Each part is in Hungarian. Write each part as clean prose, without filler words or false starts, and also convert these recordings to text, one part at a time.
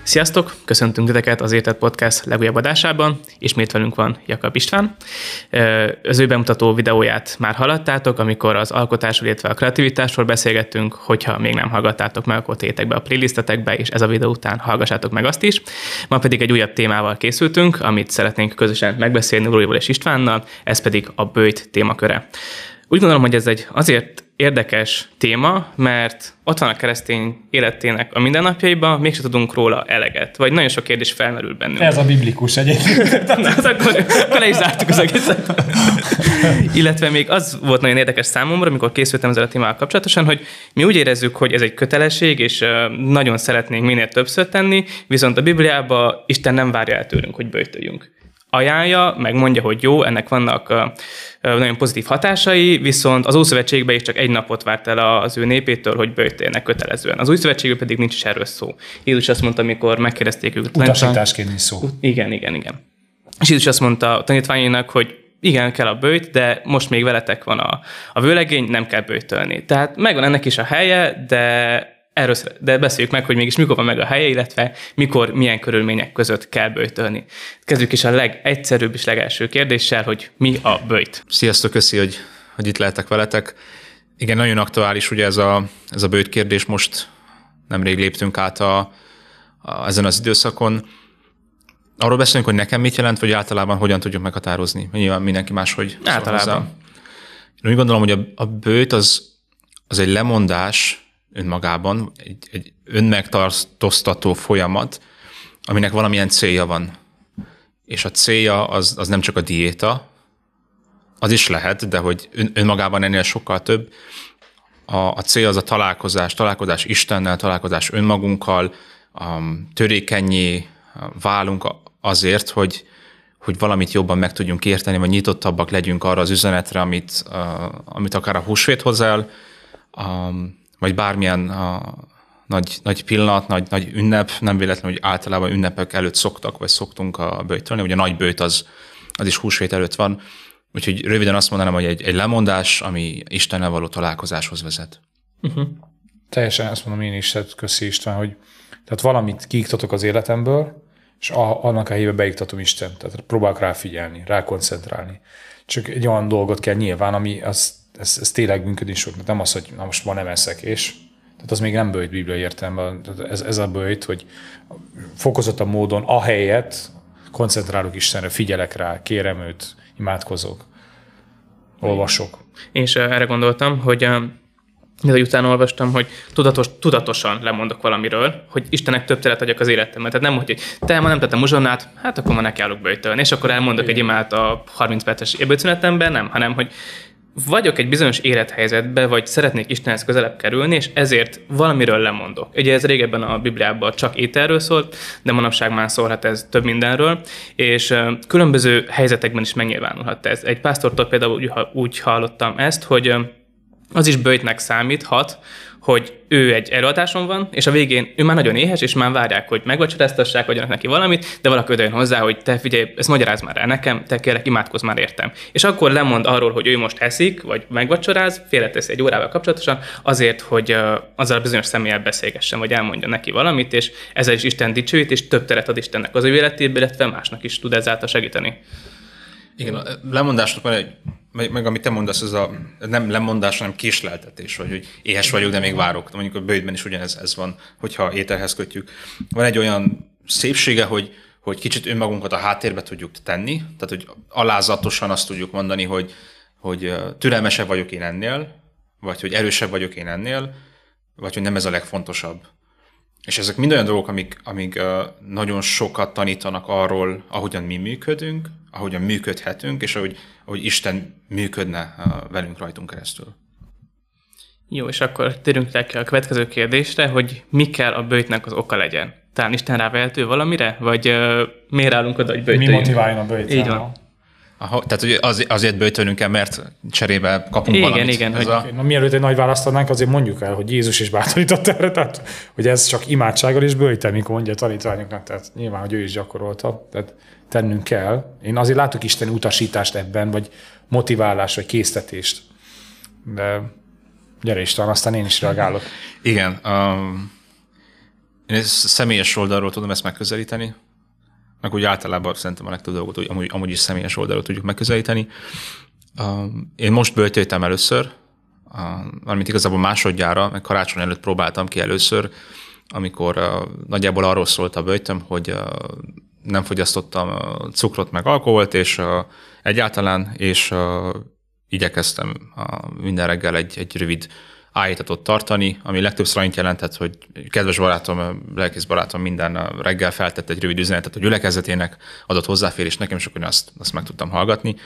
Sziasztok! Köszöntünk titeket az Érted Podcast legújabb adásában. Ismét velünk van Jakab István. Az ő bemutató videóját már hallottátok, amikor az alkotásról, illetve a kreativitásról beszélgettünk. Hogyha még nem hallgattátok meg, akkor tétek be a playlistetekbe, és ez a videó után hallgassátok meg azt is. Ma pedig egy újabb témával készültünk, amit szeretnénk közösen megbeszélni Rólival és Istvánnal, ez pedig a böjt témaköre. Úgy gondolom, hogy ez egy azért érdekes téma, mert ott van a keresztény életének a mindennapjaiban, mégsem tudunk róla eleget, vagy nagyon sok kérdés felmerül bennünk. Ez a biblikus egyébként. Na, akkor le is zártuk az egészet. Illetve még az volt nagyon érdekes számomra, amikor készültem ezzel a témával kapcsolatosan, hogy mi úgy érezzük, hogy ez egy kötelesség, és nagyon szeretnénk minél többször tenni, viszont a Bibliában Isten nem várja el tőlünk, hogy böjtöljünk. Ajánlja, meg mondja, hogy jó, ennek vannak nagyon pozitív hatásai, viszont az Ószövetségben is csak egy napot várt el az ő népétől, hogy böjtéljenek kötelezően. Az Új Szövetségben pedig nincs is erről szó. Jézus azt mondta, amikor megkérdezték őket. Utasításként is szó. Igen. És Jézus azt mondta a tanítványainak, hogy igen, kell a böjt, de most még veletek van a vőlegény, nem kell böjtölni. Tehát megvan ennek is a helye, de beszéljük meg, hogy mégis mikor van meg a helye, illetve mikor, milyen körülmények között kell böjtölni. Kezdjük is a legegyszerűbb és legelső kérdéssel, hogy mi a böjt. Sziasztok, köszi, hogy itt lehetek veletek. Igen, nagyon aktuális ugye ez a böjt kérdés, most nemrég léptünk át ezen az időszakon. Arról beszélünk, hogy nekem mit jelent, vagy általában hogyan tudjuk meghatározni. Nyilván mindenki máshogy általában. Én úgy gondolom, hogy a böjt az egy lemondás önmagában, egy önmegtartóztató folyamat, aminek valamilyen célja van. És a célja az nem csak a diéta, az is lehet, de hogy önmagában ennél sokkal több. A cél az a találkozás Istennel, találkozás önmagunkkal, törékennyé válunk azért, hogy valamit jobban meg tudjunk érteni, vagy nyitottabbak legyünk arra az üzenetre, amit akár a húsvét hoz el, vagy bármilyen nagy pillanat, nagy ünnep, nem véletlenül, hogy általában ünnepek előtt szoktunk böjtölni, ugye a nagy böjt az is húsvét előtt van, úgyhogy röviden azt mondanám, hogy egy lemondás, ami Istennel való találkozáshoz vezet. Uh-huh. Teljesen azt mondom én is, tehát köszi István, hogy tehát valamit kiiktatok az életemből, és annak a helyébe beiktatom Istent, tehát próbálok rá figyelni, rá koncentrálni. Csak egy olyan dolgot kell nyilván, ami ez tényleg működni sok, nem az, hogy na most ma nem eszek, és tehát az még nem böjt bibliai értelemben. Ez a böjt, hogy fokozottabb módon ahelyett koncentrálok Istenre, figyelek rá, kérem őt, imádkozok, olvasok. És erre gondoltam, hogy utána olvastam, hogy tudatosan lemondok valamiről, hogy Istennek több teret adjak az életemben. Tehát nem, hogy te ma nem tettem uzsonnát, hát akkor ma nekiállok böjtölni, és akkor elmondok egy imát a 30 perces ebédszünetemben, nem, hanem hogy vagyok egy bizonyos élethelyzetben, vagy szeretnék Istenhez közelebb kerülni, és ezért valamiről lemondok. Ugye ez régebben a Bibliában csak ételről szólt, de manapság már szólhat ez több mindenről, és különböző helyzetekben is megnyilvánulhat ez. Egy pásztortól például úgy hallottam ezt, hogy az is böjtnek számíthat, hogy ő egy előadáson van, és a végén ő már nagyon éhes, és már várják, hogy megvacsoráztassák, adjanak neki valamit, de valaki odajön hozzá, hogy te figyelj, ezt magyarázd már el nekem, te kérlek, imádkozz már értem. És akkor lemond arról, hogy ő most eszik, vagy megvacsoráz, félreteszi egy órával kapcsolatosan, azért, hogy azzal a bizonyos személlyel beszélgessen, vagy elmondja neki valamit, és ezzel is Isten dicsőít, és több teret ad Istennek az ő életébe, illetve másnak is tud ezáltal segíteni. Igen, a lemondásnak van meg amit te mondasz, ez nem lemondás, hanem késleltetés, vagy hogy éhes vagyok, de még várok. Mondjuk a böjtben is ugyanez van, hogyha ételhez kötjük. Van egy olyan szépsége, hogy kicsit önmagunkat a háttérbe tudjuk tenni, tehát hogy alázatosan azt tudjuk mondani, hogy türelmesebb vagyok én ennél, vagy hogy erősebb vagyok én ennél, vagy hogy nem ez a legfontosabb. És ezek mind olyan dolgok, amik nagyon sokat tanítanak arról, ahogyan mi működünk, ahogyan működhetünk, és ahogy Isten működne velünk rajtunk keresztül. Jó, és akkor térjünk le a következő kérdésre, hogy mi kell a böjtnek az oka legyen. Talán Isten rávehető valamire? Vagy miért állunk oda, hogy böjtöljünk? Mi motiváljon a böjt? Így van. Aha, tehát hogy azért böjtölünk el, mert cserébe kapunk valamit. Igen. Mielőtt egy nagy választ adnánk, azért mondjuk el, hogy Jézus is bátorított erre, tehát hogy ez csak imádsággal és böjtel, mikor mondja a tanítványoknak, tehát nyilván, hogy ő is gyakorolta, tehát tennünk kell. Én azért látok Isten utasítást ebben, vagy motiválást, vagy késztetést. De gyere István, aztán én is reagálok. Igen. én személyes oldalról tudom ezt megközelíteni, meg úgy általában szerintem a legtöbb dolgot amúgy is személyes oldalról tudjuk megközelíteni. Én most böjtöltem először, valamint igazából másodjára, meg karácsony előtt próbáltam ki először, amikor nagyjából arról szólt a böjtöm, hogy nem fogyasztottam cukrot meg alkoholt, és egyáltalán, és igyekeztem minden reggel egy rövid állítatot tartani, ami legtöbbször annyit jelentett, hogy kedves barátom, lelkész barátom minden reggel feltett egy rövid üzenetet a gyülekezetének, adott hozzáférés nekem, és akkor azt meg tudtam hallgatni.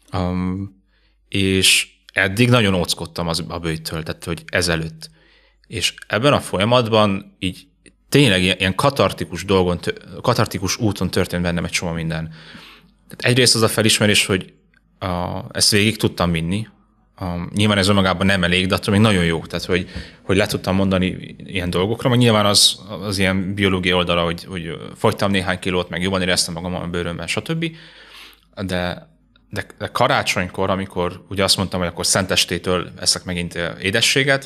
És eddig nagyon óckodtam a böjttől, tehát hogy ezelőtt. És ebben a folyamatban így tényleg ilyen katartikus úton történt bennem egy csomó minden. Tehát egyrészt az a felismerés, hogy ezt végig tudtam vinni. Nyilván ez önmagában nem elég, de attól még nagyon jó. Tehát, hogy le tudtam mondani ilyen dolgokra, meg nyilván az ilyen biológiai oldala, hogy fogytam néhány kilót, meg jobban éreztem magam a bőrömben, stb. De karácsonykor, amikor ugye azt mondtam, hogy akkor szentestétől eszek megint édességet,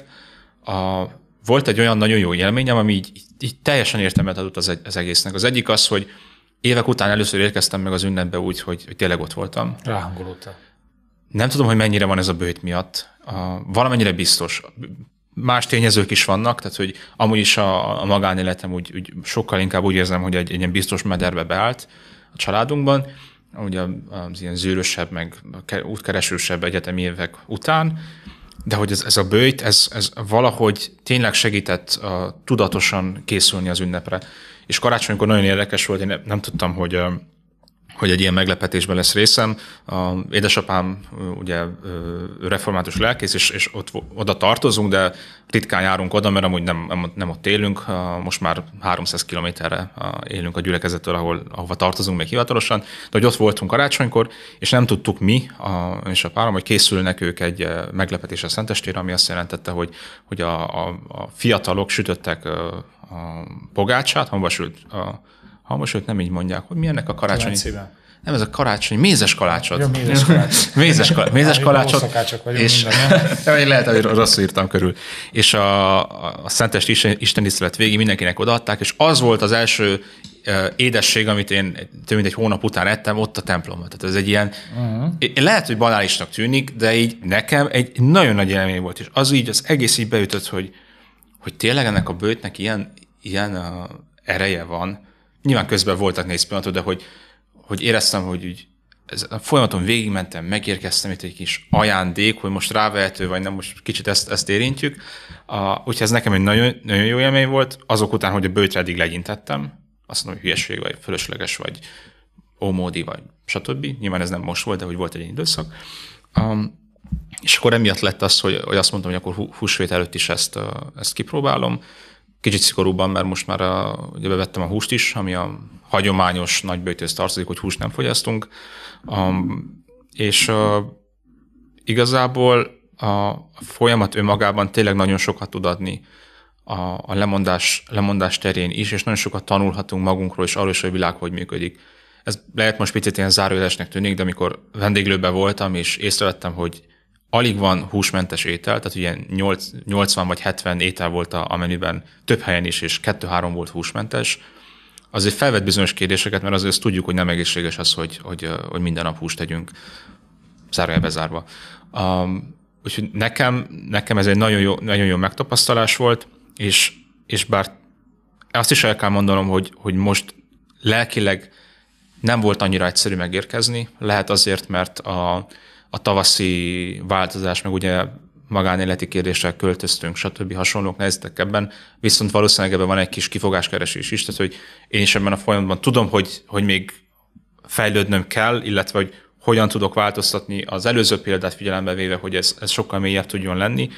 volt egy olyan nagyon jó élményem, ami így teljesen értelmet adott az egésznek. Az egyik az, hogy évek után először érkeztem meg az ünnepbe úgy, hogy tényleg ott voltam. Ráhangolódtál. Nem tudom, hogy mennyire van ez a böjt miatt. Valamennyire biztos. Más tényezők is vannak, tehát hogy amúgy is a magánéletem úgy sokkal inkább úgy érzem, hogy egy ilyen biztos mederbe beállt a családunkban, ugye az ilyen zűrösebb, meg útkeresősebb egyetemi évek után, de hogy ez a böjt, ez valahogy tényleg segített tudatosan készülni az ünnepre. És karácsonykor nagyon érdekes volt, én nem tudtam, hogy egy ilyen meglepetésben lesz részem. Édesapám ugye református lelkész, és oda tartozunk, de ritkán járunk oda, mert amúgy nem ott élünk. Most már 300 kilométerre élünk a gyülekezettől, ahova tartozunk még hivatalosan. De hogy ott voltunk karácsonykor, és nem tudtuk mi, és a párom, hogy készülnek ők egy meglepetésre szentestére, ami azt jelentette, hogy a fiatalok sütöttek a pogácsát, hambasült nem így mondják, hogy mi ennek a karácsonyi... Nem, ez a karácsony, mézes kalácsot. Ja, mézes kalácsot. És lehet, hogy rosszul írtam körül. És a szentest istentisztelet végig mindenkinek odaadták, és az volt az első édesség, amit én több mint egy hónap után ettem ott a templomban. Tehát ez egy ilyen, lehet, hogy banálisnak tűnik, de így nekem egy nagyon nagy élmény volt, és az egész így beütött, hogy tényleg ennek a böjtnek ilyen ereje van. Nyilván közben voltak néhány pillanatok, de hogy éreztem, hogy úgy a folyamaton végigmentem, megérkeztem itt egy kis ajándék, hogy most rávehető, vagy nem, most kicsit ezt érintjük. Úgyhogy ez nekem egy nagyon, nagyon jó élmény volt. Azok után, hogy a böjtre eddig legyintettem, azt mondom, hogy hülyeség, vagy fölösleges, vagy ómódi, vagy stb. Nyilván ez nem most volt, de hogy volt egy időszak. És akkor emiatt lett az, hogy azt mondtam, hogy akkor húsvét előtt is ezt kipróbálom. Kicsit szigorúbban, mert most már ugye bevettem a húst is, ami a hagyományos nagyböjthöz tartozik, hogy húst nem fogyasztunk. És igazából a folyamat önmagában tényleg nagyon sokat tud adni a lemondás terén is, és nagyon sokat tanulhatunk magunkról, és arról is, hogy a világ hogy működik. Ez lehet most picit ilyen zárójelesnek tűnik, de amikor vendéglőben voltam, és észrevettem, hogy alig van húsmentes étel, tehát ugye 80 vagy 70 étel volt a menüben, több helyen is, és 2-3 volt húsmentes. Azért felvett bizonyos kérdéseket, mert azért tudjuk, hogy nem egészséges az, hogy minden nap húst tegyünk, zárójelbe zárva. Úgyhogy nekem ez egy nagyon jó megtapasztalás volt, és bár azt is el kell mondanom, hogy most lelkileg nem volt annyira egyszerű megérkezni, lehet azért, mert a tavaszi változás, meg ugye magánéleti kérdéssel költöztünk, stb. Hasonlók nehezítettek ebben, viszont valószínűleg ebben van egy kis kifogáskeresés is, tehát hogy én is ebben a folyamatban tudom, hogy még fejlődnöm kell, illetve hogy hogyan tudok változtatni az előző példát figyelembe véve, hogy ez sokkal mélyebb tudjon lenni.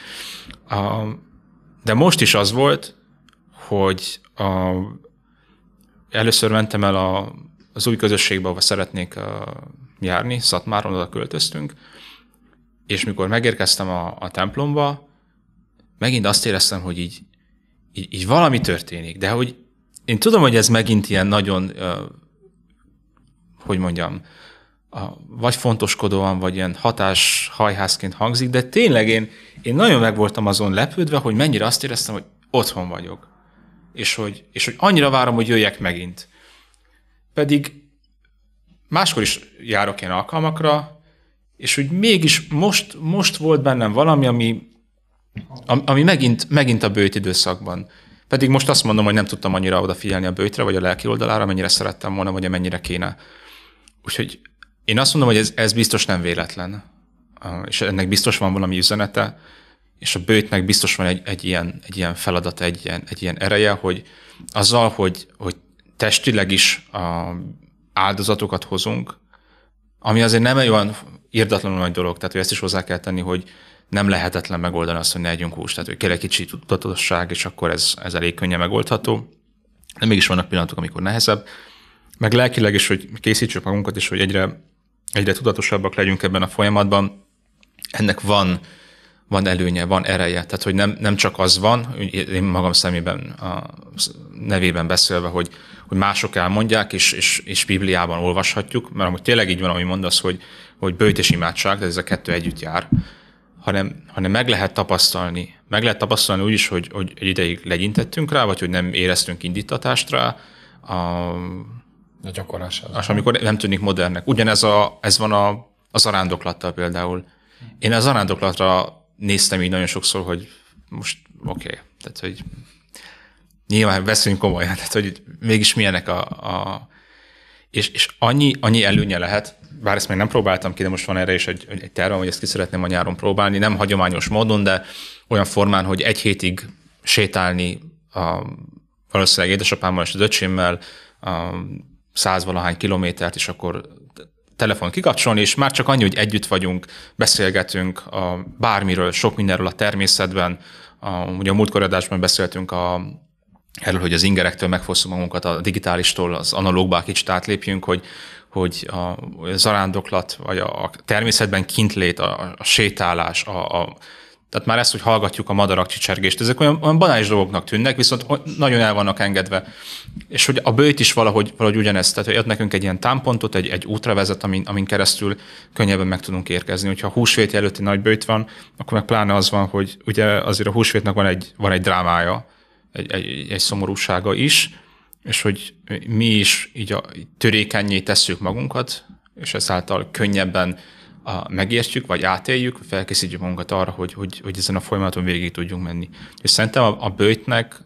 De most is az volt, hogy először mentem el az új közösségbe, ahova szeretnék járni, Szatmáron, oda költöztünk, és mikor megérkeztem a templomba, megint azt éreztem, hogy így valami történik, de hogy én tudom, hogy ez megint ilyen nagyon, hogy mondjam, vagy fontoskodóan, vagy ilyen hatáshajhászként hangzik, de tényleg én nagyon meg voltam azon lepődve, hogy mennyire azt éreztem, hogy otthon vagyok. és hogy annyira várom, hogy jöjjek megint. Pedig máskor is járok ilyen alkalmakra, és hogy mégis most volt bennem valami, ami megint a böjt időszakban. Pedig most azt mondom, hogy nem tudtam annyira odafigyelni a böjtre, vagy a lelki oldalára, mennyire szerettem volna, vagy amennyire kéne. Úgyhogy én azt mondom, hogy ez biztos nem véletlen. És ennek biztos van valami üzenete, és a böjtnek biztos van egy ilyen feladata, egy ilyen ereje, hogy azzal, hogy testileg is áldozatokat hozunk, ami azért nem egy olyan irdatlanul nagy dolog, tehát hogy ezt is hozzá kell tenni, hogy nem lehetetlen megoldani azt, hogy ne együnk húst, tehát hogy kell egy kicsi tudatosság, és akkor ez elég könnyen megoldható. De mégis vannak pillanatok, amikor nehezebb. Meg lelkileg is, hogy készítsük magunkat, és hogy egyre tudatosabbak legyünk ebben a folyamatban. Ennek van előnye, van ereje. Tehát, hogy nem csak az van, én magam szemében, a nevében beszélve, hogy mások elmondják, és Bibliában olvashatjuk, mert amúgy tényleg így van, ami mondasz, hogy böjt és imádság, tehát ez a kettő együtt jár, hanem meg lehet tapasztalni. Meg lehet tapasztalni úgy is, hogy egy ideig legyintettünk rá, vagy hogy nem éreztünk indítatást rá. A gyakorlás az. Amikor nem tűnik modernnek. Ugyanez ez van a zarándoklattal például. Én a zarándoklatra néztem így nagyon sokszor, hogy most oké. Tehát, hogy nyilván beszéljünk komolyan, tehát, hogy mégis milyenek és annyi előnye lehet, bár ezt még nem próbáltam ki, de most van erre is egy tervem, hogy ezt ki szeretném a nyáron próbálni, nem hagyományos módon, de olyan formán, hogy egy hétig sétálni valószínűleg édesapámmal és az öcsémmel 100-valahány kilométert, és akkor telefon kikapcsolni, és már csak annyi, hogy együtt vagyunk, beszélgetünk bármiről, sok mindenről a természetben. Ugye a múltkor adásban beszéltünk erről, hogy az ingerektől megfosszunk magunkat, a digitálistól, az analógba kicsit átlépjünk, hogy a zarándoklat, vagy a természetben kintlét, a sétálás, tehát már ezt, hogy hallgatjuk a madarak csicsergést, ezek olyan banális dolgoknak tűnnek, viszont nagyon el vannak engedve. És hogy a böjt is valahogy ugyanezt, tehát hogy ad nekünk egy ilyen támpontot, egy útra vezet, amin keresztül könnyebben meg tudunk érkezni. Hogyha a húsvét előtti nagy böjt van, akkor meg pláne az van, hogy ugye azért a húsvétnak van egy drámája, egy szomorúsága is, és hogy mi is így törékennyé tesszük magunkat, és ezáltal könnyebben megértjük, vagy átéljük, felkészítjük magunkat arra, hogy ezen a folyamaton végig tudjunk menni. És szerintem a böjtnek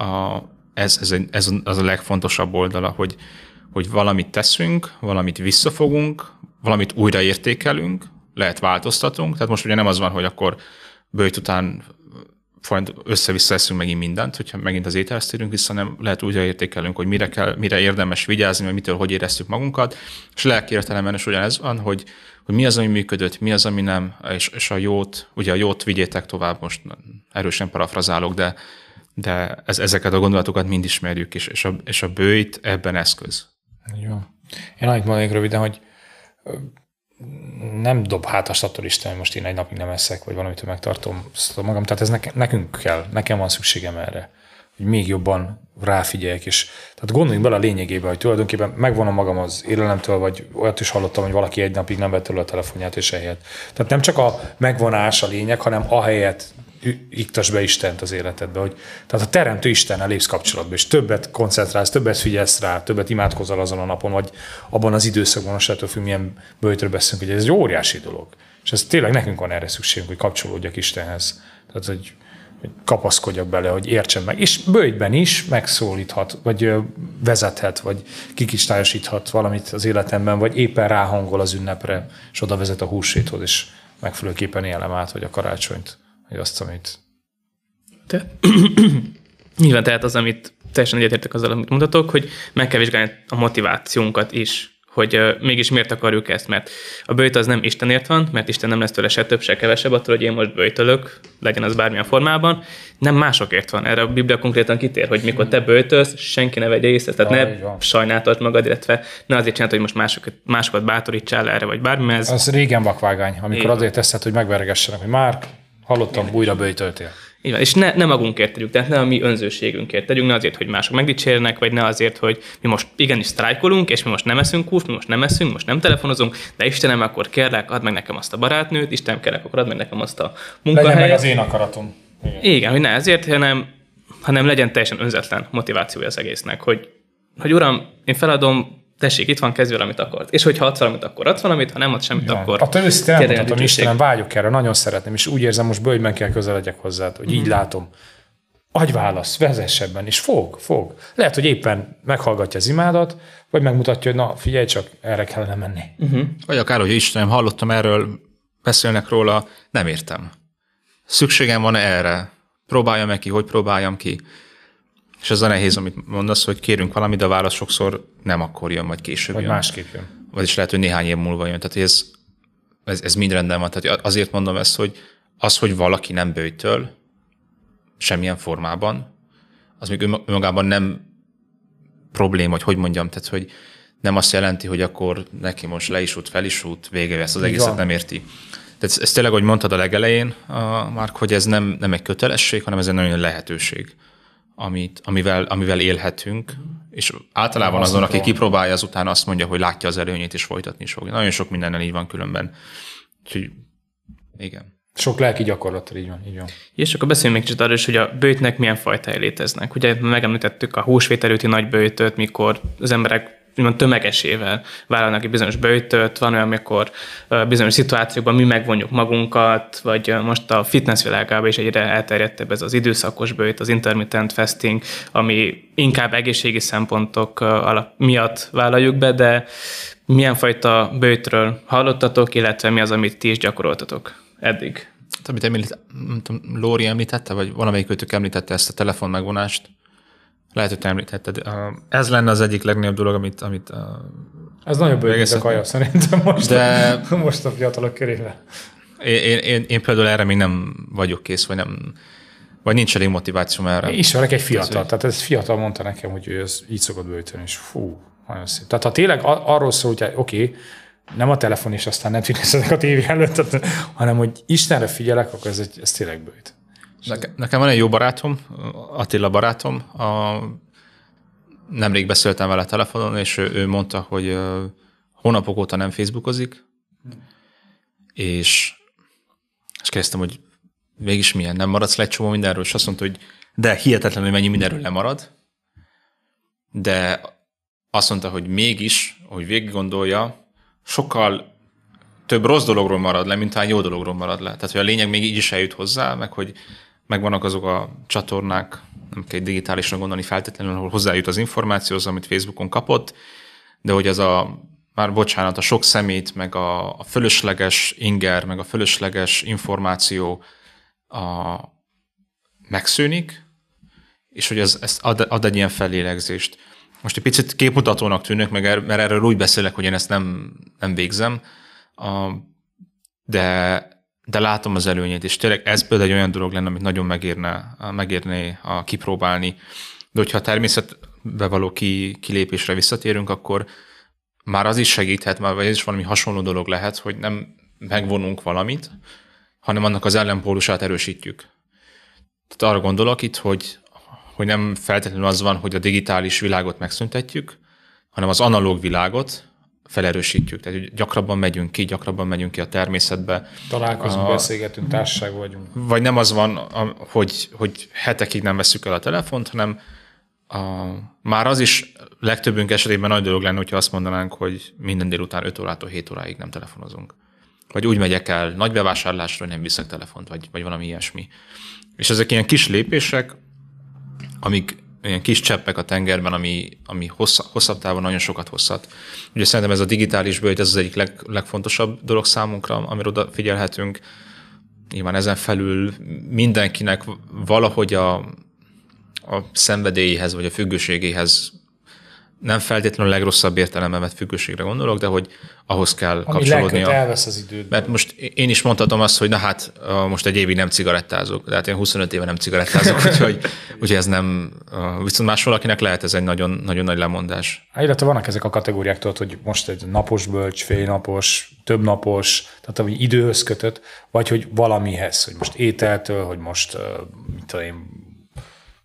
ez az a legfontosabb oldala, hogy valamit teszünk, valamit visszafogunk, valamit újraértékelünk, lehet változtatunk. Tehát most ugye nem az van, hogy akkor böjt után össze-vissza eszünk megint mindent, hogyha megint az ételhez térünk vissza, nem lehet újraértékelünk, hogy mire érdemes vigyázni, vagy mitől hogy éreztük magunkat, és lelki értelemben is ugyanez van, hogy mi az, ami működött, mi az, ami nem, és a jót vigyétek tovább, most erősen parafrazálok, de ezeket a gondolatokat mind ismerjük, és a böjt ebben eszköz. Jó. Én annyit mondanék röviden, hogy nem dob hátas attól Isten, hogy most én egy napig nem eszek, vagy valamitől megtartom magam. Tehát ez nekünk kell, nekem van szükségem erre, hogy még jobban ráfigyeljek, és tehát gondoljunk bele a lényegébe, hogy tulajdonképpen megvonom magam az élelemtől, vagy olyat is hallottam, hogy valaki egy napig nem vett elő a telefonját, és ehelyett. Tehát nem csak a megvonás a lényeg, hanem ahelyett iktasd be Istent az életedbe. Tehát a teremtő Istennel lépsz kapcsolatba, és többet koncentrálsz, többet figyelsz rá, többet imádkozol azon a napon, vagy abban az időszakban, most attól függ, milyen böjtről beszélünk, hogy ez egy óriási dolog. És ez tényleg nekünk van erre szükségünk, hogy kapcsolódjak Istenhez. Tehát, hogy kapaszkodjak bele, hogy értsem meg. És böjtben is megszólíthat, vagy vezethet, vagy kikristályosíthat valamit az életemben, vagy éppen ráhangol az ünnepre, és oda vezet a húsvéthoz, és megfelelőképpen élem át, vagy a karácsonyt, vagy azt, amit... Nyilván tehát az, amit teljesen egyetértek azzal, amit mutatok, hogy meg kell vizsgálni a motivációnkat is, hogy mégis miért akarjuk ezt, mert a böjt az nem Istenért van, mert Isten nem lesz tőle se több, se kevesebb attól, hogy én most böjtölök, legyen az bármilyen formában, nem másokért van. Erre a Biblia konkrétan kitér, hogy mikor te böjtölsz, senki ne vegye észre, tehát ne sajnáltasd magad, illetve ne azért csinálod, hogy most másokat bátorítsál erre, vagy bármi. Az régen vakvágány, amikor azért teszed, hogy megvergessenek, hogy már hallottam, újra böjtöltél. Így van, és ne magunkért tegyük, tehát ne a mi önzőségünkért tegyünk, ne azért, hogy mások megdicsérnek, vagy ne azért, hogy mi most igenis sztrájkolunk, és mi most nem eszünk húst, mi most nem eszünk, most nem telefonozunk, de Istenem, akkor kérlek, add meg nekem azt a barátnőt, Istenem, kérlek, akkor add meg nekem azt a munkahelyet. Legyen meg az én akaratom. Igen, hogy ne ezért, hanem hanem legyen teljesen önzetlen motivációja az egésznek, hogy uram, én feladom, tessék, itt van, kezdj valamit akart. És hogyha adsz valamit, akkor adsz valamit, ha nem adsz semmit, akkor... Attól őszintén elmondhatom, Istenem, vágyok erre, nagyon szeretném, és úgy érzem, most bőjben kell közeledjek hozzád, hogy így látom. Adj választ, vezess ebben, és fog. Lehet, hogy éppen meghallgatja az imádat, vagy megmutatja, hogy na, figyelj csak, erre kellene menni. Vagy akár, hogy Istenem, hallottam erről, beszélnek róla, nem értem. Szükségem van erre? Próbáljam meg ki, hogy próbáljam ki? És ez a nehéz, amit mondasz, hogy kérünk valamit, de a válasz sokszor nem akkor jön, vagy később vagy jön. másképp jön. Vagyis lehet, hogy néhány év múlva jön. Tehát ez mind rendben van. Tehát azért mondom ezt, hogy valaki nem böjtöl semmilyen formában, az még önmagában nem probléma, hogy mondjam, tehát hogy nem azt jelenti, hogy akkor neki most le is út, fel is út, vége, ezt az egészet nem érti. Tehát ez tényleg, ahogy mondtad a legelején, Márk, hogy ez nem egy kötelesség, hanem ez egy nagyon lehetőség, amivel élhetünk, és általában azon, aki kipróbálja, azután azt mondja, hogy látja az előnyét, és folytatni is fogja. Nagyon sok mindennel így van különben. Úgyhogy igen. Sok lelki gyakorlattal, így van. És akkor beszéljünk még kicsit arról is, hogy a böjtnek milyen fajtai léteznek. Ugye megemlítettük a húsvét előtti nagy böjtöt, mikor az emberek úgymond tömegesével vállalnak egy bizonyos böjtöt, van olyan, amikor bizonyos szituációkban mi megvonjuk magunkat, vagy most a fitness világában is egyre elterjedtebb ez az időszakos böjt, az intermittent fasting, ami inkább egészségi szempontok miatt vállaljuk be, de milyen fajta böjtről hallottatok, illetve mi az, amit ti is gyakoroltatok eddig? Amit Lóri említette, vagy valamelyik őtök említette ezt a telefon megvonást. Lehet, hogy te említetted. Ez lenne az egyik legnagyobb dolog, amit ez nagyon bőven, mint a kaja, szerintem most a fiatalok körében. Én például erre még nem vagyok kész, vagy nincs elég motivációm erre. Ismerek egy fiatal, tehát ez fiatal mondta nekem, hogy ő így szokott bőjteni, és fú, nagyon szép. Tehát ha tényleg arról szól, hogy oké, nem a telefon, és aztán nem fitnessezek a tévé előtt, hanem hogy Istenre figyelek, akkor ez tényleg bőjt. Nekem van egy jó barátom, Attila barátom, nemrég beszéltem vele a telefonon, és ő mondta, hogy hónapok óta nem Facebookozik, és kérdeztem, hogy mégis milyen, nem maradsz le egy csomó mindenről, és azt mondta, hogy de hihetetlenül mennyi mindenről lemarad, de azt mondta, hogy mégis, hogy végig gondolja, sokkal több rossz dologról marad le, mint ha jó dologról marad le. Tehát, hogy a lényeg még így is eljut hozzá, meg hogy megvannak azok a csatornák, nem kell digitálisra gondolni feltétlenül, ahol hozzájut az információhoz, amit Facebookon kapott, de hogy az a sok szemét, meg a fölösleges inger, meg a fölösleges információ megszűnik, és hogy ez ad egy ilyen fellélegzést. Most egy picit képmutatónak tűnök, mert erről úgy beszélek, hogy én ezt nem végzem, de látom az előnyét, és tényleg ez például egy olyan dolog lenne, amit nagyon megérné kipróbálni. De hogyha a természetbe való kilépésre visszatérünk, akkor már az is segíthet, vagy ez is valami hasonló dolog lehet, hogy nem megvonunk valamit, hanem annak az ellenpólusát erősítjük. Tehát arra gondolok itt, hogy nem feltétlenül az van, hogy a digitális világot megszüntetjük, hanem az analóg világot felerősítjük. Tehát gyakrabban megyünk ki a természetbe. Találkozunk, beszélgetünk, társaság vagyunk. Vagy nem az van, hogy hetekig nem vesszük el a telefont, hanem már az is legtöbbünk esetében nagy dolog lenne, hogyha azt mondanánk, hogy minden délután 5 órától 7 óráig nem telefonozunk. Vagy úgy megyek el nagy bevásárlásra, hogy nem viszek telefont, vagy valami ilyesmi. És ezek ilyen kis lépések, amik ilyen kis cseppek a tengerben, ami hosszabb távon nagyon sokat hozhat. Ugye szerintem ez a digitális böjt, ez az egyik legfontosabb dolog számunkra, amire oda figyelhetünk. Nyilván ezen felül mindenkinek valahogy a szenvedélyéhez, vagy a függőségéhez, nem feltétlenül a legrosszabb értelemben vett függőségre gondolok, de hogy ahhoz kell kapcsolódnia. Elvesz az időt. Mert most én is mondhatom azt, hogy na hát most egy évig nem cigarettázok, de hát én 25 éve nem cigarettázok, úgyhogy ez nem, viszont más valakinek lehet ez egy nagyon, nagyon nagy lemondás. Illetve vannak ezek a kategóriák, tudod, hogy most egy napos bölcs, félnapos, többnapos, tehát ami időhöz kötött, vagy hogy valamihez, hogy most ételtől, hogy most mit tudom én,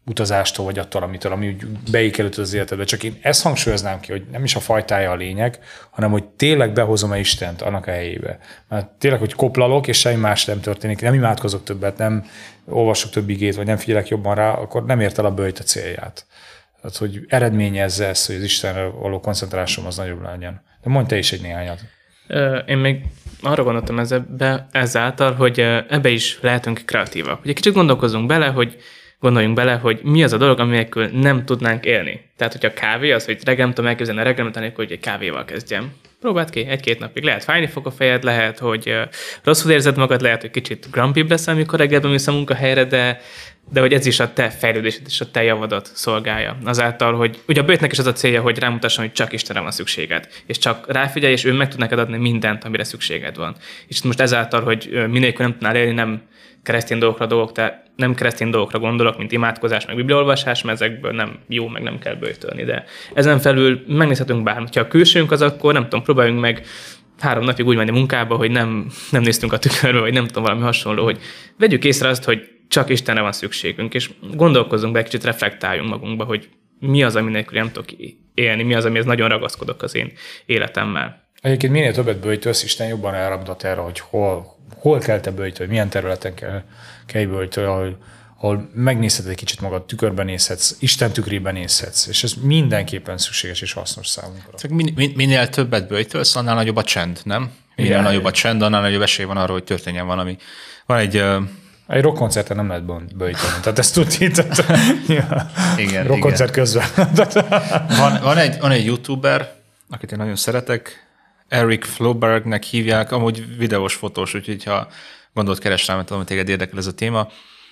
utazástól, vagy attól, ami úgy beékelődött az életedbe. Csak én ezt hangsúlyoznám ki, hogy nem is a fajtája a lényeg, hanem hogy tényleg behozom-e Istent annak a helyébe. Mert tényleg, hogy koplalok, és semmi más nem történik, nem imádkozok többet, nem olvasok több igét, vagy nem figyelek jobban rá, akkor nem ért el a böjt a célját. Tehát, hogy eredményezze ezt, hogy az Istenre való koncentrálásom az nagyobb legyen. De mondj te is egy néhányat. Én még arra gondoltam ezáltal, hogy ebbe is lehetünk kreatívak. Hogy egy kicsit gondoljunk bele, hogy mi az a dolog, amelyekről nem tudnánk élni. Tehát, hogyha kávé az, hogy reggel nem tudom elképzelni a reggelmet, anélkül, hogy egy kávéval kezdjem. Próbáld ki, 1-2 napig. Lehet fájni fog a fejed, lehet, hogy rosszul érzed magad, lehet, hogy kicsit grumpy lesz, amikor reggelben mész a munkahelyre, de hogy ez is a te fejlődésed és a te javadat szolgálja. Azáltal, hogy ugye a böjtnek is az a célja, hogy rámutasson, hogy csak Istenre van szükséged. És csak ráfigyelj, és ő meg tud neked adni mindent, amire szükséged van. És most ezáltal, hogy minélkül nem tudnál élni, nem keresztény dolgokra gondolok, mint imádkozás, meg bibliaolvasás, mert ezekből nem jó, meg nem kell böjtölni. De ezen felül megnézhetünk bármit. Ha a külsőnk az, akkor nem tudom, próbáljunk meg 3 napig úgy menni munkába, hogy nem néztünk a tükörbe, vagy nem tudom, valami hasonló, hogy vegyük észre azt, hogy csak Istenre van szükségünk, és gondolkozzunk be, kicsit reflektáljunk magunkba, hogy mi az, ami nélkül nem tudok élni, mi az, amihez nagyon ragaszkodok az én életemmel. Egyébként minél többet böjtölsz, Isten jobban elramutat erre, hogy hol kell te böjtölni, milyen területen kell böjtölni, ahol megnézheted egy kicsit magad, tükörben nézhetsz, Isten tükrében nézhetsz, és ez mindenképpen szükséges és hasznos számunkra. Csak minél többet böjtölsz, annál nagyobb a csend, nem? Minél nagyobb a csend, annál nagyobb esély van arra, hogy történjen valami. Van egy rockkoncerten nem lehet böjtölni, tehát ezt tudni. Igen, rockkoncert közben. van egy youtuber, akit én nagyon szeretek, Eric Flobergnek hívják, amúgy videós fotós, úgyhogy ha gondolt keres rá, mert tudom, hogy téged érdekel ez a téma.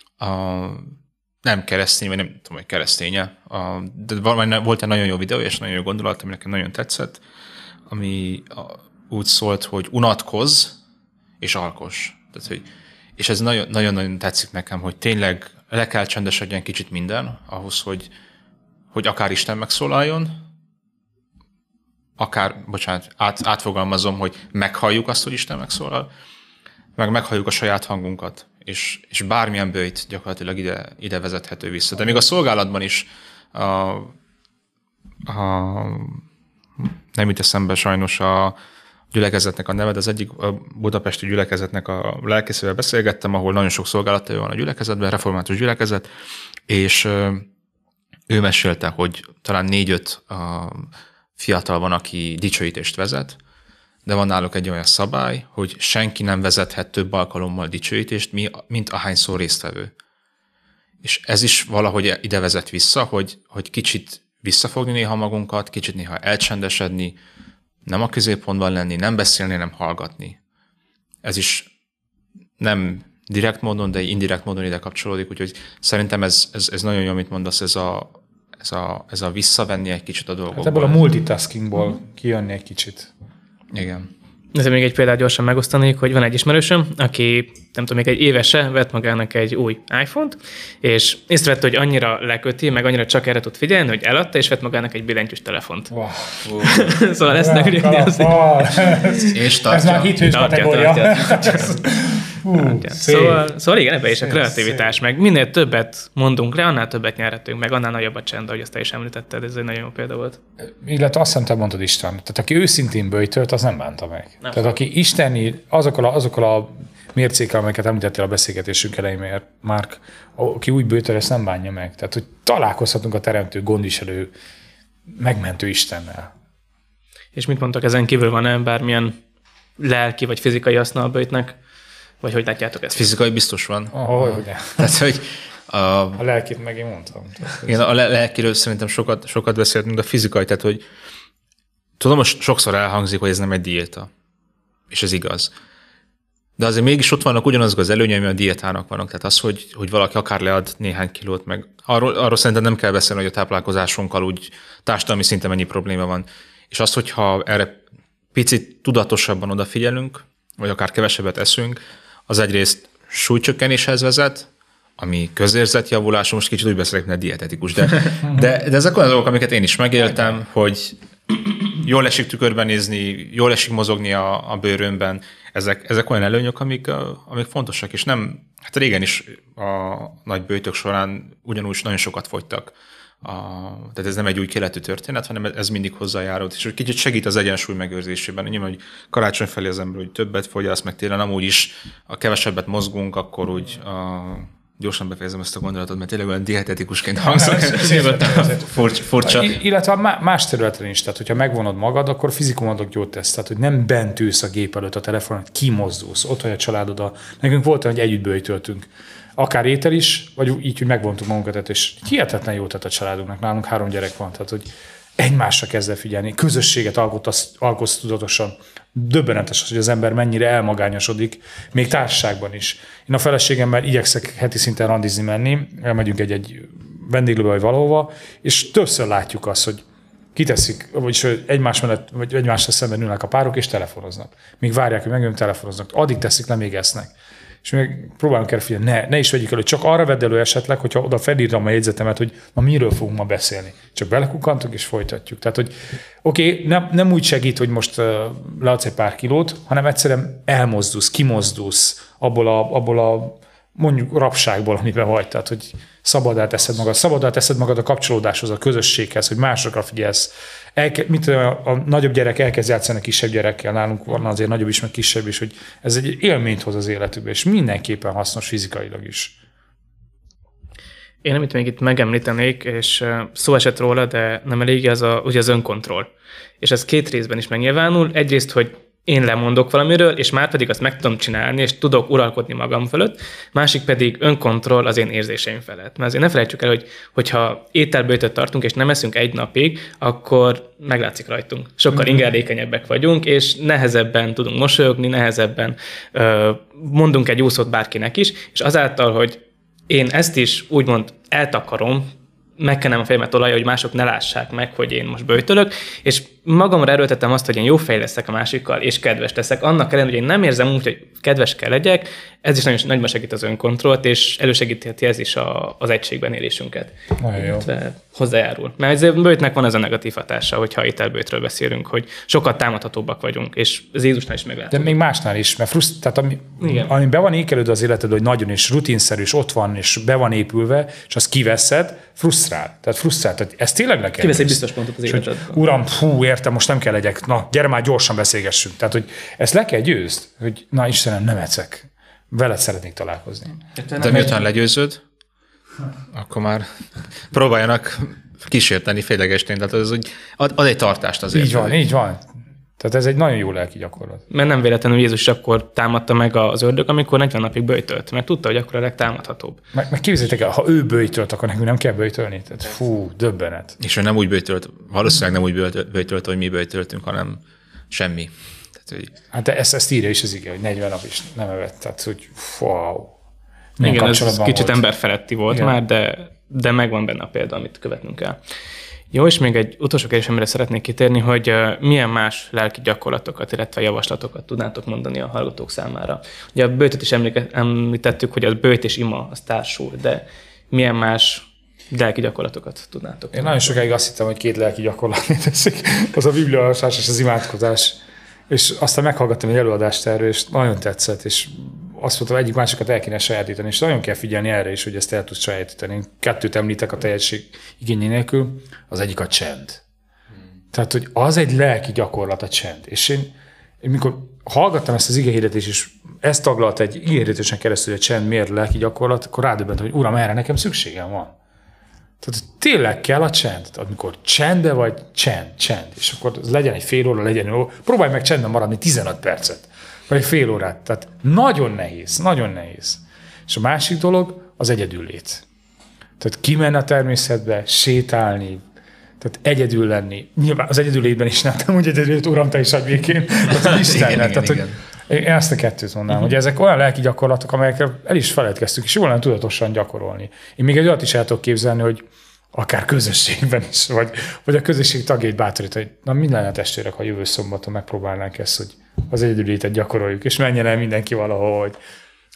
Nem keresztény, vagy nem tudom, hogy kereszténye, de volt egy nagyon jó videó, és nagyon jó gondolat, ami nekem nagyon tetszett, ami úgy szólt, hogy unatkozz és alkoss. Tehát, és ez nagyon-nagyon tetszik nekem, hogy tényleg le kell csendesedjen kicsit minden, ahhoz, hogy akár Isten megszólaljon, átfogalmazom, hogy meghalljuk azt, hogy Isten megszólal, meg meghalljuk a saját hangunkat, és bármilyen böjt gyakorlatilag ide vezethető vissza. De még a szolgálatban is nem jut eszembe sajnos a gyülekezetnek a neved, az egyik a budapesti gyülekezetnek a lelkészével beszélgettem, ahol nagyon sok szolgálatai van a gyülekezetben, református gyülekezet, és ő mesélte, hogy talán 4-5 fiatal van, aki dicsőítést vezet, de van náluk egy olyan szabály, hogy senki nem vezethet több alkalommal dicsőítést, mint ahányszor résztvevő. És ez is valahogy ide vezet vissza, hogy kicsit visszafogni néha magunkat, kicsit néha elcsendesedni, nem a középpontban lenni, nem beszélni, nem hallgatni. Ez is nem direkt módon, de indirekt módon ide kapcsolódik, úgyhogy szerintem ez nagyon jó, amit mondasz, ez a visszavenni egy kicsit a dolgokból. Hát ebből a multitaskingból kijönni egy kicsit. Igen. Ezzel még egy példát gyorsan megosztanék, hogy van egy ismerősöm, aki nem tudom, még egy évese vett magának egy új iPhone-t, és észrevette, hogy annyira leköti, meg annyira csak erre tud figyelni, hogy eladta, és vett magának egy billentyűs telefont. Wow. Szóval ezt megnézni az... És tartja. Ez már hithős kategória. Szóval igen, ebbe is a kreativitás, meg minél többet mondunk le, annál többet nyerhetünk, meg annál nagyobb a csend, ahogy azt te is említetted, ez egy nagyon jó példa volt. Illetve azt hiszem, te mondtad Isten. Tehát aki őszintén böjtölt, az nem bánta meg. Nem. Tehát aki isteni, azokkal a mércékkel, amelyeket említettél a beszélgetésünk elején, mert Márk, aki úgy böjtöl, ezt nem bánja meg. Tehát, hogy találkozhatunk a teremtő, gondviselő, megmentő Istennel. És mit mondtak, ezen kívül van-e bármilyen lelki vagy fizikai haszna a böjtnek? Vagy hogy látjátok ezt? Fizikai biztos van. Tehát, hogy a lelkit meg én mondtam. Igen, a lelkiről szerintem sokat beszéltünk, de a fizikai, tehát hogy tudom, hogy sokszor elhangzik, hogy ez nem egy diéta. És ez igaz. De azért mégis ott vannak ugyanazok az előnyei, ami a diétának vannak. Tehát az, hogy valaki akár lead néhány kilót, meg arról szerintem nem kell beszélni, hogy a táplálkozásunkkal úgy társadalmi szinten mennyi probléma van. És az, hogyha erre picit tudatosabban odafigyelünk, vagy akár kevesebbet eszünk, az egyrészt súlycsökkenéshez vezet, ami közérzetjavulás, most kicsit úgy beszélek, mint a dietetikus, de ezek olyan dolgok, amiket én is megéltem, hogy jól esik tükörben nézni, jól esik mozogni a bőrömben, ezek olyan előnyök, amik fontosak, és nem Hát régen is a nagy böjtök során ugyanúgy nagyon sokat fogytak. Tehát ez nem egy új keletű történet, hanem ez mindig hozzájárult, és kicsit segít az egyensúly megőrzésében. Nyilván, hogy karácsony felé az ember, hogy többet fogyaszt, meg télen amúgy is, a kevesebbet mozgunk, akkor úgy gyorsan befejezem ezt a gondolatot, mert tényleg olyan dietetikusként hangzik. Furcsa. Illetve más területen is, tehát hogyha megvonod magad, akkor fizikumodok jót tesz, tehát hogy nem bent ülsz a gép előtt a telefonon, kimozdulsz, ott vagy a családoddal. Nekünk volt olyan, hogy együtt böjtöltünk. Akár étel is, vagy így, hogy megvontuk magunkat, és hihetetlen jót tett a családunknak. Nálunk 3 gyerek van, tehát hogy egymásra kezd el figyelni, közösséget alkotsz tudatosan. Döbbenetes az, hogy az ember mennyire elmagányosodik, még társaságban is. Én a feleségemmel igyekszek heti szinten randizni menni, elmegyünk egy vendéglőbe vagy valahova, és többször látjuk azt, hogy kiteszik, vagyis egymás mellett, vagy egymással szemben ülnek a párok, és telefonoznak. Míg várják, hogy megjön, telefonoznak. Addig teszik le, még esznek. És még próbálunk el figyelni, ne is vegyük elő, csak arra vedd elő esetleg, hogyha oda felírom a jegyzetemet, hogy ma miről fogunk ma beszélni. Csak belekukantunk és folytatjuk. Tehát, hogy oké, nem úgy segít, hogy most leadsz egy pár kilót, hanem egyszerűen elmozdulsz, kimozdulsz abból a mondjuk rabságból, amiben vagy. Tehát, hogy szabaddá teszed magad a kapcsolódáshoz, a közösséghez, hogy másokra figyelsz. A nagyobb gyerek elkezd játszani a kisebb gyerekkel, nálunk van azért nagyobb is, meg kisebb is, hogy ez egy élményt hoz az életükbe, és mindenképpen hasznos fizikailag is. Én amit még itt megemlítenék, és szó esett róla, de nem elég, ugye az önkontroll. És ez 2 részben is megnyilvánul. Egyrészt, hogy én lemondok valamiről, és már pedig azt meg tudom csinálni, és tudok uralkodni magam fölött, másik pedig önkontroll az én érzéseim felett. Mert azért ne felejtsük el, hogyha ételböjtöt tartunk, és nem eszünk 1 napig, akkor meglátszik rajtunk. Sokkal ingerlékenyebbek vagyunk, és nehezebben tudunk mosolyogni, nehezebben mondunk egy úszót bárkinek is, és azáltal, hogy én ezt is úgymond eltakarom, megkenem a fejemet olajjal, hogy mások ne lássák meg, hogy én most böjtölök, és magamra erőltetem azt, hogy én jó fej leszek a másikkal, és kedves leszek. Annak ellenére, hogy én nem érzem úgy, hogy kedves kell legyek, ez is nagyon nagyban segít az önkontrollt, és elősegítheti ez is az egységben élésünket. Nagyon jó. Hozzájárul. Mert azért böjtnek van ez a negatív hatása, hogyha ételböjtről beszélünk, hogy sokkal támadhatóbbak vagyunk, és az Jézusnál is meglátjuk. De még másnál is, mert tehát ami be van ékelődve az életed, hogy nagyon is rutinszerű, és ott van, és be van épülve, és azt kiveszed, frusztrál. Tehát ez tényleg le kell. Kivesz egy biztos pontot az életed. Uram, értem, most nem kell legyek. Na, gyere már gyorsan beszélgessünk. Tehát, hogy ezt le kell győzd, hogy na Istenem, nem ecek. Veled szeretnék találkozni. De miután legyőzöd, akkor már próbáljanak kísérteni félegestén. Tehát az úgy ad egy tartást azért. Így van. Tehát ez egy nagyon jó lelki gyakorlat. Mert nem véletlenül Jézus akkor támadta meg az ördög, amikor 40 napig böjtölt, mert tudta, hogy akkor a legtámadhatóbb. Meg képzeljétek el, ha ő böjtölt, akkor nekünk nem kell böjtölni. Tehát döbbenet. És ő nem úgy böjtölt, valószínűleg nem úgy böjtölt, hogy mi böjtöltünk, hanem semmi. Tehát, hogy... Hát de ezt írja is az ige, hogy 40 nap is nem evett. Tehát, hogy wow. Igen, ez kicsit emberfeletti volt igen. Már, de megvan benne a példa, amit követnünk kell. Jó, és még egy utolsó kérdés, amire szeretnék kitérni, hogy milyen más lelki gyakorlatokat, illetve javaslatokat tudnátok mondani a hallgatók számára. Ugye a böjtöt is említettük, hogy az böjt és ima az társul, de milyen más lelki gyakorlatokat tudnátok? Én nagyon sokáig azt hittem, hogy 2 lelki gyakorlat létezik, az a bibliaolvasás és az imádkozás. És aztán meghallgattam egy előadást erről, és nagyon tetszett, és azt mondtam, egyik másikat el kéne sajátítani, és nagyon kell figyelni erre is, hogy ezt el tudsz sajátítani. Én 2 említek a teljesség igényé nélkül, az egyik a csend. Tehát, hogy az egy lelki gyakorlat a csend. És én mikor hallgattam ezt az igehirdetést, és ezt taglalt egy igehirdetésen keresztül, hogy a csend miért lelki gyakorlat, akkor rádöbbent, hogy uram, erre nekem szükségem van. Tehát tényleg kell a csend. Amikor csendbe vagy, csend. És akkor legyen egy fél óra, próbálj meg csendben maradni 15 percet. Vagy egy fél órát. Tehát nagyon nehéz. És a másik dolog az egyedüllét. Tehát kimenni a természetbe, sétálni, tehát egyedül lenni. Nyilván az egyedüllétben is nem úgy egyedül, uram, te is adj békén. Tehát Istennel. Tehát, hogy én ezt a 2 mondanám, hogy ezek olyan lelki gyakorlatok, amelyekre el is feledkeztünk, és jól lenne tudatosan gyakorolni. Én még egy olyat is el tudok képzelni, hogy akár közösségben is, vagy a közösség tagjait bátorítani, hogy na minden lenne testvérek, ha jövő szombaton megpróbálnánk ezt, hogy az egyedüllétet gyakoroljuk, és menjen el mindenki valahol, hogy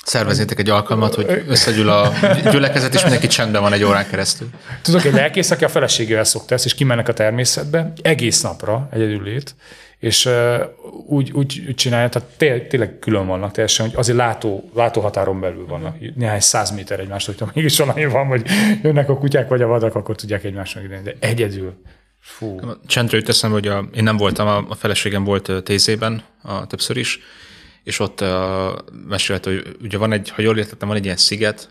Szervezzétek egy alkalmat, hogy összegyűl a gyülekezet, és mindenki csendben van egy órán keresztül. Tudok egy lelkész, aki a feleségével szokta ezt, és kimennek a természetbe, egész napra egyedül lét, és úgy csinálja, tehát tényleg külön vannak teljesen, hogy azért látóhatáron belül vannak. Néhány 100 méter egymástól, hogy mégis valami van, hogy jönnek a kutyák vagy a vadak, akkor tudják egymásnak idején, de egyedül. Fú. Csendre jut eszembe, hogy én nem voltam, a feleségem volt Tézében többször is, és ott mesélte, hogy ugye van egy, ha jól értettem, van egy ilyen sziget,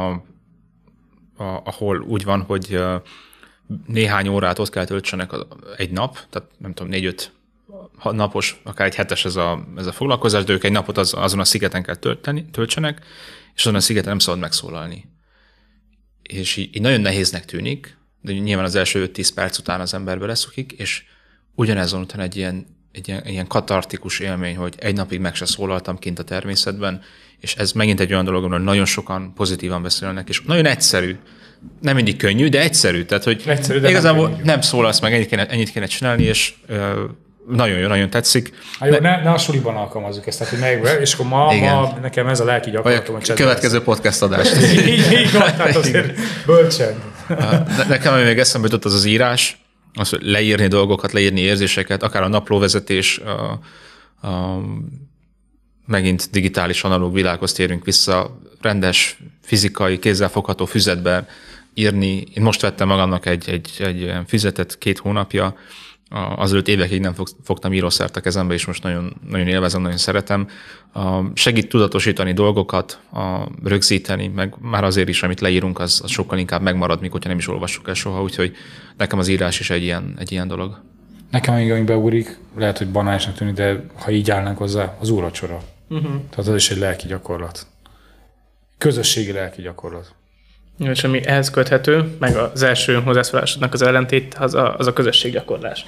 ahol úgy van, hogy néhány órát ott kell töltsenek egy nap, tehát nem tudom, 4-5 napos, akár egy hetes ez a foglalkozás, de ők egy napot azon a szigeten kell töltsenek, és azon a szigeten nem szabad megszólalni. És így nagyon nehéznek tűnik, de nyilván az első 5-10 perc után az ember beleszokik, és ugyanezon után egy ilyen katartikus élmény, hogy egy napig meg se szólaltam kint a természetben, és ez megint egy olyan dolog, amiről nagyon sokan pozitívan beszélnek, és nagyon egyszerű, nem mindig könnyű, de egyszerű, tehát hogy egyszerű, igazából nem szólalsz meg, ennyit kéne csinálni, és nagyon jó, nagyon tetszik. Jó, ne a suliban alkalmazzuk ezt, tehát hogy megyek és akkor ma nekem ez a lelki gyakorlatom. A következő podcast adást. Így van, tehát azért bölcsen. Nekem még eszembe jutott az írás, az, hogy leírni dolgokat, leírni érzéseket, akár a naplóvezetés, megint digitális analóg világhoz térünk vissza, rendes, fizikai, kézzelfogható füzetben írni. Én most vettem magamnak egy füzetet 2 hónapja, azelőtt évekig nem fogtam írószert a kezembe, és most nagyon, nagyon élvezem, nagyon szeretem. Segít tudatosítani dolgokat, rögzíteni, meg már azért is, amit leírunk, az sokkal inkább megmarad, mikor nem is olvassuk el soha, úgyhogy nekem az írás is egy ilyen dolog. Nekem még amíg beugrik, lehet, hogy banálisnak tűnik, de ha így állnánk hozzá, az úrvacsora. Tehát az is egy lelki gyakorlat. Közösségi lelki gyakorlat. És ami ehhez köthető, meg az első hozzászólásodnak az ellentét, az a közösséggyakorlás.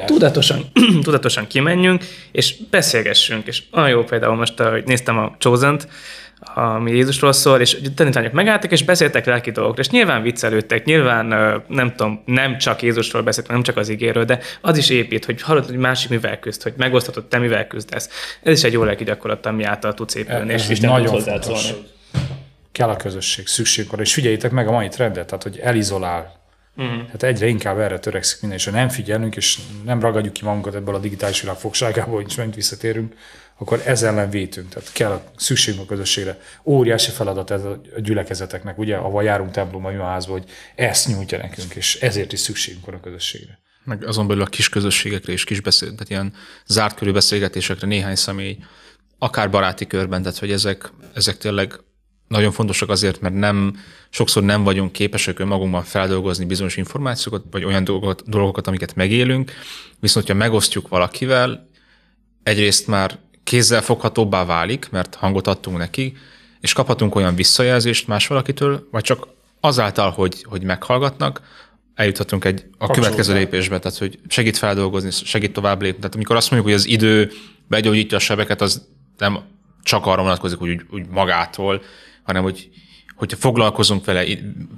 Tudatosan kimenjünk, és beszélgessünk. És olyan jó például most, hogy néztem a Chosen-t, ami Jézusról szól, és tanítványok megálltak, és beszéltek lelki dolgokról, és nyilván viccelődtek, nyilván nem tudom, nem csak Jézusról beszéltek, nem csak az igéről, de az is épít, hogy hallod, hogy másik mivel küzd, hogy megosztatod, te mivel küzdesz. Ez is egy jó lelki gyakorlat, ami által tudsz épülni, és Isten tud hozzászólni. Kell a közösség, szükség van, és figyeljétek meg a mai trendet, tehát hogy elizolál. Tehát egyre inkább erre törekszik minden, és ha nem figyelünk, és nem ragadjuk ki magunkat ebből a digitális világ fogságából, hogy megint visszatérünk, akkor ezzel ellen vétünk. Tehát kell szükség a közösségre. Óriási feladat ez a gyülekezeteknek, ugye, ahol járunk templomba, imaházba, hogy ezt nyújtja nekünk, és ezért is szükségünk van a közösségre. Meg azon belül a kis közösségekre és tehát ilyen zárt körű beszélgetésekre néhány személy, akár baráti körben, tehát hogy ezek tényleg nagyon fontosak azért, mert sokszor nem vagyunk képesek önmagunkban feldolgozni bizonyos információkat, vagy olyan dolgokat, amiket megélünk, viszont ha megosztjuk valakivel, egyrészt már kézzelfoghatóbbá válik, mert hangot adtunk neki, és kaphatunk olyan visszajelzést más valakitől, vagy csak azáltal, hogy meghallgatnak, eljuthatunk a következő lépésbe, tehát hogy segít feldolgozni, segít tovább lépni. Tehát amikor azt mondjuk, hogy az idő begyógyítja a sebeket, az nem csak arra vonatkozik, hogy úgy magától, hanem hogyha foglalkozunk vele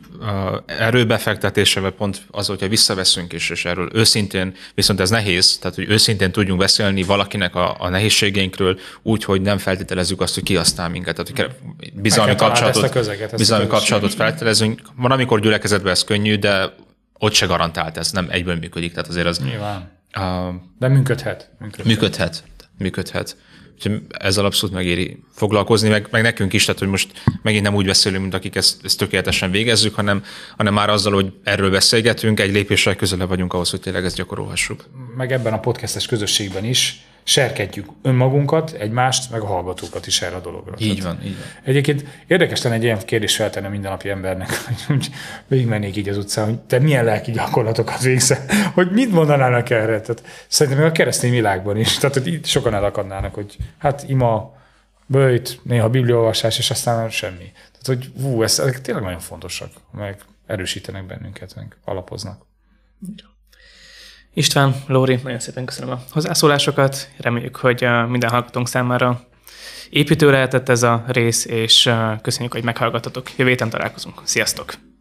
erőbefektetésével, pont az, hogyha visszaveszünk és erről őszintén, viszont ez nehéz, tehát hogy őszintén tudjunk beszélni valakinek a nehézségeinkről úgy, hogy nem feltételezzük azt, hogy kihasznál minket. Tehát hogy bizalmi kapcsolatot feltételezünk. Van, amikor gyülekezetben ez könnyű, de ott se garantált, ez nem egyből működik. Tehát azért az... Nyilván. De működhet. Úgyhogy ezzel abszolút megéri foglalkozni, meg nekünk is, tehát hogy most megint nem úgy beszélünk, mint akik ezt tökéletesen végezzük, hanem már azzal, hogy erről beszélgetünk, egy lépéssel közelebb vagyunk ahhoz, hogy tényleg ezt gyakorolhassuk. Meg ebben a podcastes közösségben is serkedjük önmagunkat, egymást, meg a hallgatókat is erre a dologra. Így van. Egyébként érdekes lenne egy ilyen kérdés feltenni mindennapi embernek, hogy végigmennék így az utcán, hogy te milyen lelki gyakorlatokat végzel, hogy mit mondanának erre. Tehát szerintem még a keresztény világban is, tehát hogy itt sokan elakadnának, hogy hát ima, böjt, néha bibliaolvasás, és aztán semmi. Tehát, hogy ezek tényleg nagyon fontosak, meg erősítenek bennünket, meg alapoznak. István, Lóri, nagyon szépen köszönöm a hozzászólásokat. Reméljük, hogy minden hallgatónk számára építő lehetett ez a rész, és köszönjük, hogy meghallgattatok. Jövő héten találkozunk. Sziasztok!